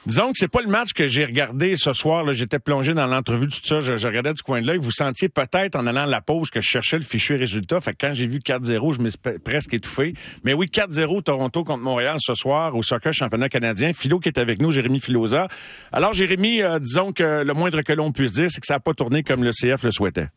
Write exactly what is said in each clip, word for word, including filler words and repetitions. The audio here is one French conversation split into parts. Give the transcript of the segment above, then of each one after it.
Disons que c'est pas le match que j'ai regardé ce soir. Là, j'étais plongé dans l'entrevue, tout ça. Je, je regardais du coin de l'œil. Vous sentiez peut-être en allant à la pause que je cherchais le fichier résultat. Fait que quand j'ai vu quatre zéro, je me suis presque étouffé. Mais oui, quatre zéro Toronto contre Montréal ce soir au soccer championnat canadien. Philo qui est avec nous, Jérémy Filosa. Alors Jérémy, euh, disons que le moindre que l'on puisse dire, c'est que ça n'a pas tourné comme le C F le souhaitait.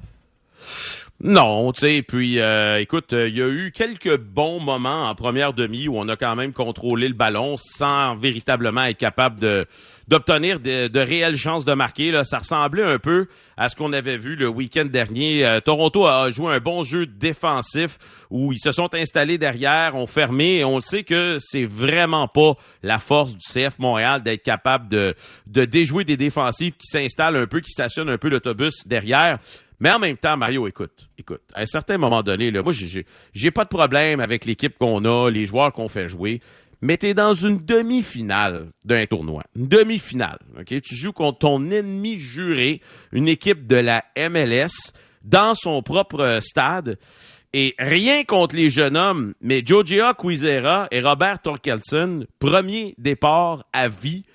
Non, tu sais, puis euh, écoute, il euh, y a eu quelques bons moments en première demi où on a quand même contrôlé le ballon sans véritablement être capable de d'obtenir de, de réelles chances de marquer. Là, ça ressemblait un peu à ce qu'on avait vu le week-end dernier. Euh, Toronto a joué un bon jeu défensif où ils se sont installés derrière, ont fermé, et on sait que c'est vraiment pas la force du C F Montréal d'être capable de de déjouer des défensives qui s'installent un peu, qui stationnent un peu l'autobus derrière. Mais en même temps, Mario, écoute, écoute, à un certain moment donné, là, moi, j'ai, j'ai, j'ai pas de problème avec l'équipe qu'on a, les joueurs qu'on fait jouer, mais t'es dans une demi-finale d'un tournoi. Une demi-finale, OK? Tu joues contre ton ennemi juré, une équipe de la M L S, dans son propre stade, et rien contre les jeunes hommes, mais Georgia Quizera et Robert Torkelson, premier départ à vie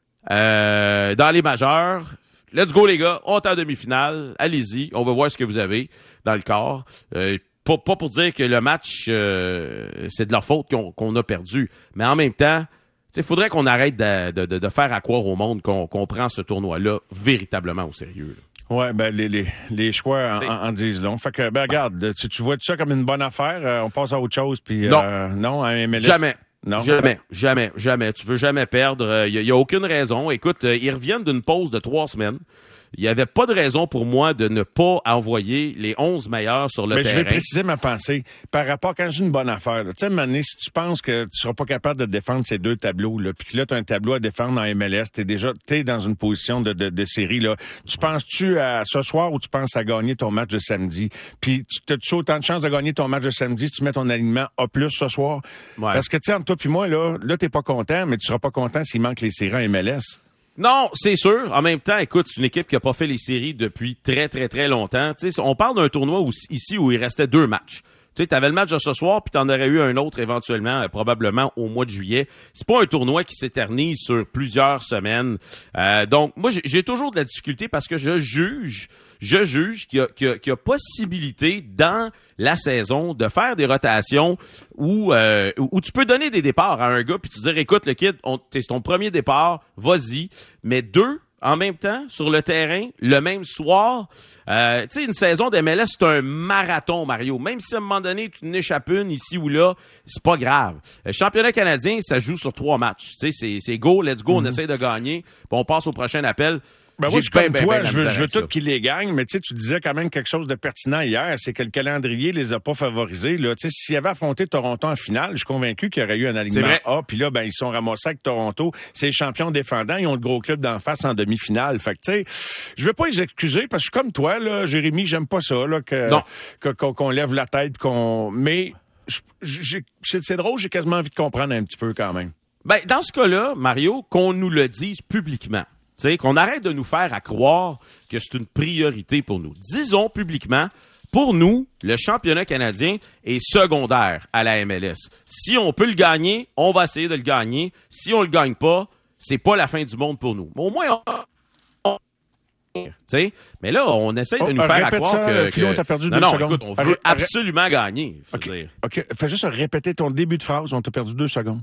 euh, dans les majeurs. Let's go, les gars. On est en demi-finale. Allez-y. On va voir ce que vous avez dans le corps. Euh, pas, pas pour dire que le match, euh, c'est de leur faute qu'on, qu'on a perdu. Mais en même temps, il faudrait qu'on arrête de, de, de faire à croire au monde qu'on, qu'on prend ce tournoi-là véritablement au sérieux. Là. Ouais, ben les, les, les choix en, en, en disent long. Fait que, ben regarde, tu, tu vois tout ça comme une bonne affaire. Euh, on passe à autre chose. Puis non. Euh, non, à M L S. Jamais. Non. Jamais, jamais, jamais. Tu veux jamais perdre. Il euh, y, y a aucune raison. Écoute, euh, ils reviennent d'une pause de trois semaines. Il y avait pas de raison pour moi de ne pas envoyer les onze meilleurs sur le Mais terrain. Je vais préciser ma pensée. Par rapport quand j'ai une bonne affaire, tu sais, Mané, si tu penses que tu seras pas capable de défendre ces deux tableaux, là, puis que là, tu as un tableau à défendre en M L S, t'es déjà, t'es dans une position de, de, de série, là. Tu penses-tu à ce soir ou tu penses à gagner ton match de samedi? Puis, tu as-tu autant de chances de gagner ton match de samedi si tu mets ton alignement A plus ce soir? Ouais. Parce que, tu sais, entre toi puis moi, là, là, t'es pas content, mais tu seras pas content s'il manque les séries en M L S. Non, c'est sûr. En même temps, écoute, c'est une équipe qui a pas fait les séries depuis très, très, très longtemps. Tu sais, on parle d'un tournoi où, ici où il restait deux matchs. Tu sais, t'avais le match de ce soir, puis t'en aurais eu un autre éventuellement, euh, probablement au mois de juillet. C'est pas un tournoi qui s'éternise sur plusieurs semaines. Euh, donc, moi, j'ai, j'ai toujours de la difficulté parce que je juge, je juge qu'il y a, qu'il y a, qu'il y a possibilité dans la saison de faire des rotations où, euh, où tu peux donner des départs à un gars puis tu dire, écoute, le kid, on, c'est ton premier départ, vas-y. Mais deux, en même temps, sur le terrain, le même soir. Euh, tu sais, une saison d'M L S, c'est un marathon, Mario. Même si à un moment donné, tu n'échappes une ici ou là, c'est pas grave. Le championnat canadien, ça joue sur trois matchs. Tu sais, c'est, c'est go, let's go, mm-hmm. On essaie de gagner, puis on passe au prochain appel. Ben moi, je suis comme ben, toi, ben, je veux, je veux tout qu'ils les gagnent, mais tu sais, tu disais quand même quelque chose de pertinent hier, c'est que le calendrier les a pas favorisés. Là, tu sais, s'ils avaient affronté Toronto en finale, je suis convaincu qu'il y aurait eu un alignement A, puis là, ben ils sont ramassés avec Toronto. C'est les champions défendants, ils ont le gros club d'en face en demi-finale. Fait que tu sais, je veux pas les excuser parce que je suis comme toi, là, Jérémy, j'aime pas ça, là, que, que qu'on, qu'on lève la tête, qu'on, mais j'ai, c'est drôle, j'ai quasiment envie de comprendre un petit peu quand même. Ben dans ce cas-là, Mario, qu'on nous le dise publiquement. T'sais, qu'on arrête de nous faire à croire que c'est une priorité pour nous. Disons publiquement, pour nous, le championnat canadien est secondaire à la M L S. Si on peut le gagner, on va essayer de le gagner. Si on le gagne pas, c'est pas la fin du monde pour nous. Mais au moins, on... on... T'sais, mais là, on essaie de oh, nous faire à croire ça, que... Philo, que... t'as perdu non, deux non, secondes. Écoute, on veut Arrête, absolument arrête. gagner. OK, dire. OK. Fais juste répéter ton début de phrase. On t'a perdu deux secondes.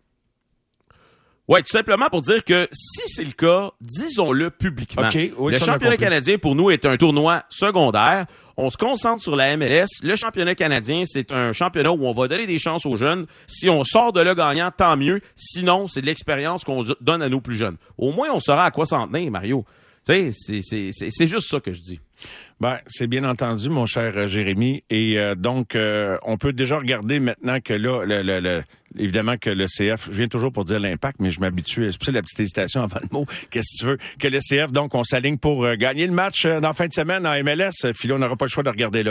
Oui, tout simplement pour dire que si c'est le cas, disons-le publiquement. Okay, oui, le championnat canadien, pour nous, est un tournoi secondaire. On se concentre sur la M L S. Le championnat canadien, c'est un championnat où on va donner des chances aux jeunes. Si on sort de là gagnant, tant mieux. Sinon, c'est de l'expérience qu'on donne à nos plus jeunes. Au moins, on saura à quoi s'en tenir, Mario. Tu sais, c'est, c'est, c'est, c'est juste ça que je dis. Ben, c'est bien entendu, mon cher Jérémy. Et euh, donc, euh, on peut déjà regarder maintenant que là, le, le, le, évidemment que le C F, je viens toujours pour dire l'impact, mais je m'habitue, c'est pour ça la petite hésitation avant le mot, qu'est-ce que tu veux, que le C F, donc, on s'aligne pour euh, gagner le match euh, dans la fin de semaine en M L S. Philo, on n'aura pas le choix de regarder là.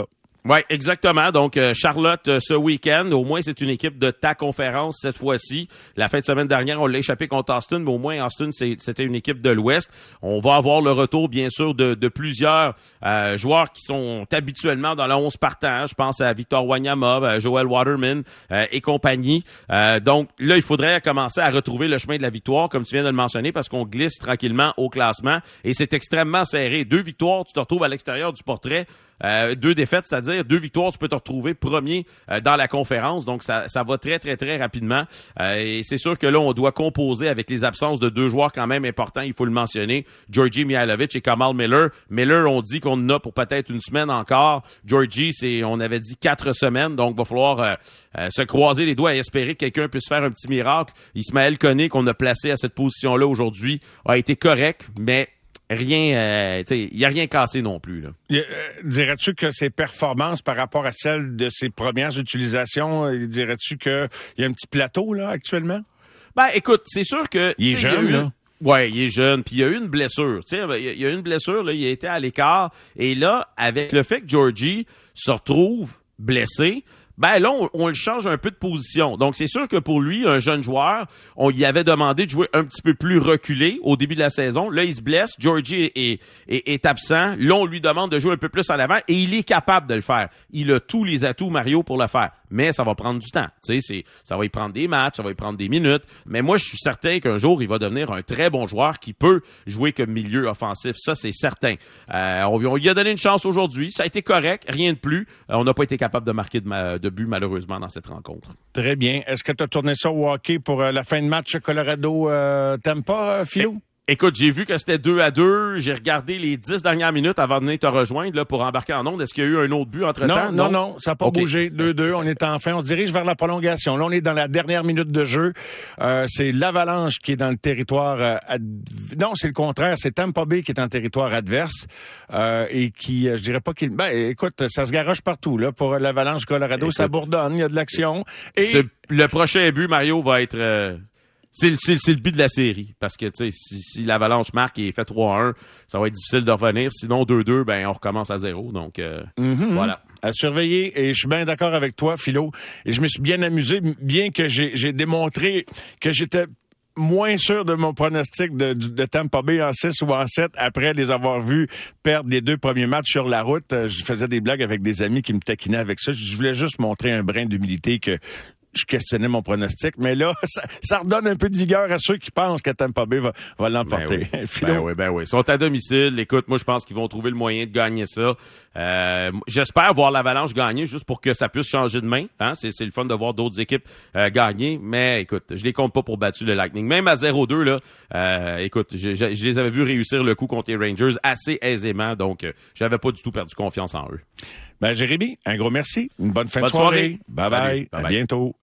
Oui, exactement. Donc, euh, Charlotte, euh, ce week-end, au moins, c'est une équipe de ta conférence cette fois-ci. La fin de semaine dernière, on l'a échappé contre Austin, mais au moins, Austin, c'est, c'était une équipe de l'Ouest. On va avoir le retour, bien sûr, de, de plusieurs euh, joueurs qui sont habituellement dans la onze partant. Je pense à Victor Wanyama, à Joel Waterman euh, et compagnie. Euh, donc, là, il faudrait commencer à retrouver le chemin de la victoire, comme tu viens de le mentionner, parce qu'on glisse tranquillement au classement. Et c'est extrêmement serré. Deux victoires, tu te retrouves à l'extérieur du portrait. Euh, deux défaites, c'est-à-dire deux victoires, tu peux te retrouver premier euh, dans la conférence. Donc, ça, ça va très, très, très rapidement. Euh, et c'est sûr que là, on doit composer avec les absences de deux joueurs quand même importants, il faut le mentionner, Georgi Mihailovic et Kamal Miller. Miller, on dit qu'on en a pour peut-être une semaine encore. Georgi, c'est, on avait dit quatre semaines. Donc, il va falloir euh, euh, se croiser les doigts et espérer que quelqu'un puisse faire un petit miracle. Ismaël Koné, qu'on a placé à cette position-là aujourd'hui, a été correct, mais rien, euh, tu sais, il n'y a rien cassé non plus, là. Euh, dirais-tu que ses performances par rapport à celles de ses premières utilisations, euh, dirais-tu qu'il y a un petit plateau, là, actuellement? Ben, écoute, c'est sûr que... Il est jeune, là. Ouais, il est jeune, puis il y a eu une blessure. Tu sais, il y a eu une blessure, là, il a été à l'écart. Et là, avec le fait que Georgi se retrouve blessé, ben là, on, on le change un peu de position. Donc, c'est sûr que pour lui, un jeune joueur, on lui avait demandé de jouer un petit peu plus reculé au début de la saison. Là, il se blesse. Georgi est, est, est, est absent. Là, on lui demande de jouer un peu plus en avant et il est capable de le faire. Il a tous les atouts, Mario, pour le faire. Mais ça va prendre du temps. Tu sais, c'est, ça va y prendre des matchs, ça va y prendre des minutes. Mais moi, je suis certain qu'un jour, il va devenir un très bon joueur qui peut jouer comme milieu offensif. Ça, c'est certain. Euh, on, on lui a donné une chance aujourd'hui. Ça a été correct, rien de plus. Euh, on n'a pas été capable de marquer de, ma, de but, malheureusement, dans cette rencontre. Très bien. Est-ce que tu as tourné ça au hockey pour euh, la fin de match Colorado-Tampa, euh, Philo? Et- Écoute, j'ai vu que c'était deux à deux. J'ai regardé les dix dernières minutes avant de venir te rejoindre là, pour embarquer en onde. Est-ce qu'il y a eu un autre but entre-temps? Non, non, non, ça n'a pas okay. bougé. deux deux, on est en fin. On se dirige vers la prolongation. Là, on est dans la dernière minute de jeu. Euh, c'est l'Avalanche qui est dans le territoire... Euh, ad... Non, c'est le contraire. C'est Tampa Bay qui est en territoire adverse euh, et qui, euh, je dirais pas qu'il... Ben, écoute, ça se garoche partout. Là, pour l'Avalanche Colorado, écoute, ça bourdonne, il y a de l'action. Et ce, le prochain but, Mario, va être... Euh... C'est le, c'est, c'est le but de la série. Parce que, tu sais, si, si l'Avalanche marque et fait trois à un, ça va être difficile de revenir. Sinon, deux deux, ben, on recommence à zéro. Donc, euh, mm-hmm. voilà. À surveiller. Et je suis bien d'accord avec toi, Philo. Et je me suis bien amusé, bien que j'ai, j'ai démontré que j'étais moins sûr de mon pronostic de, de Tampa Bay en six ou en sept après les avoir vus perdre les deux premiers matchs sur la route. Je faisais des blagues avec des amis qui me taquinaient avec ça. Je voulais juste montrer un brin d'humilité que je questionnais mon pronostic, mais là, ça, ça redonne un peu de vigueur à ceux qui pensent que Tampa Bay va, va l'emporter. Ben oui. ben oui, ben oui. Ils sont à domicile. Écoute, moi, je pense qu'ils vont trouver le moyen de gagner ça. Euh, j'espère voir l'Avalanche gagner juste pour que ça puisse changer de main. Hein? C'est, c'est le fun de voir d'autres équipes euh, gagner, mais écoute, je les compte pas pour battu le Lightning. Même à zéro deux, là, euh, écoute, je, je, je les avais vus réussir le coup contre les Rangers assez aisément, donc euh, j'avais pas du tout perdu confiance en eux. Ben, Jérémy, un gros merci. Une bonne fin bonne de soirée. soirée. Bye bye. bye, bye. À bientôt.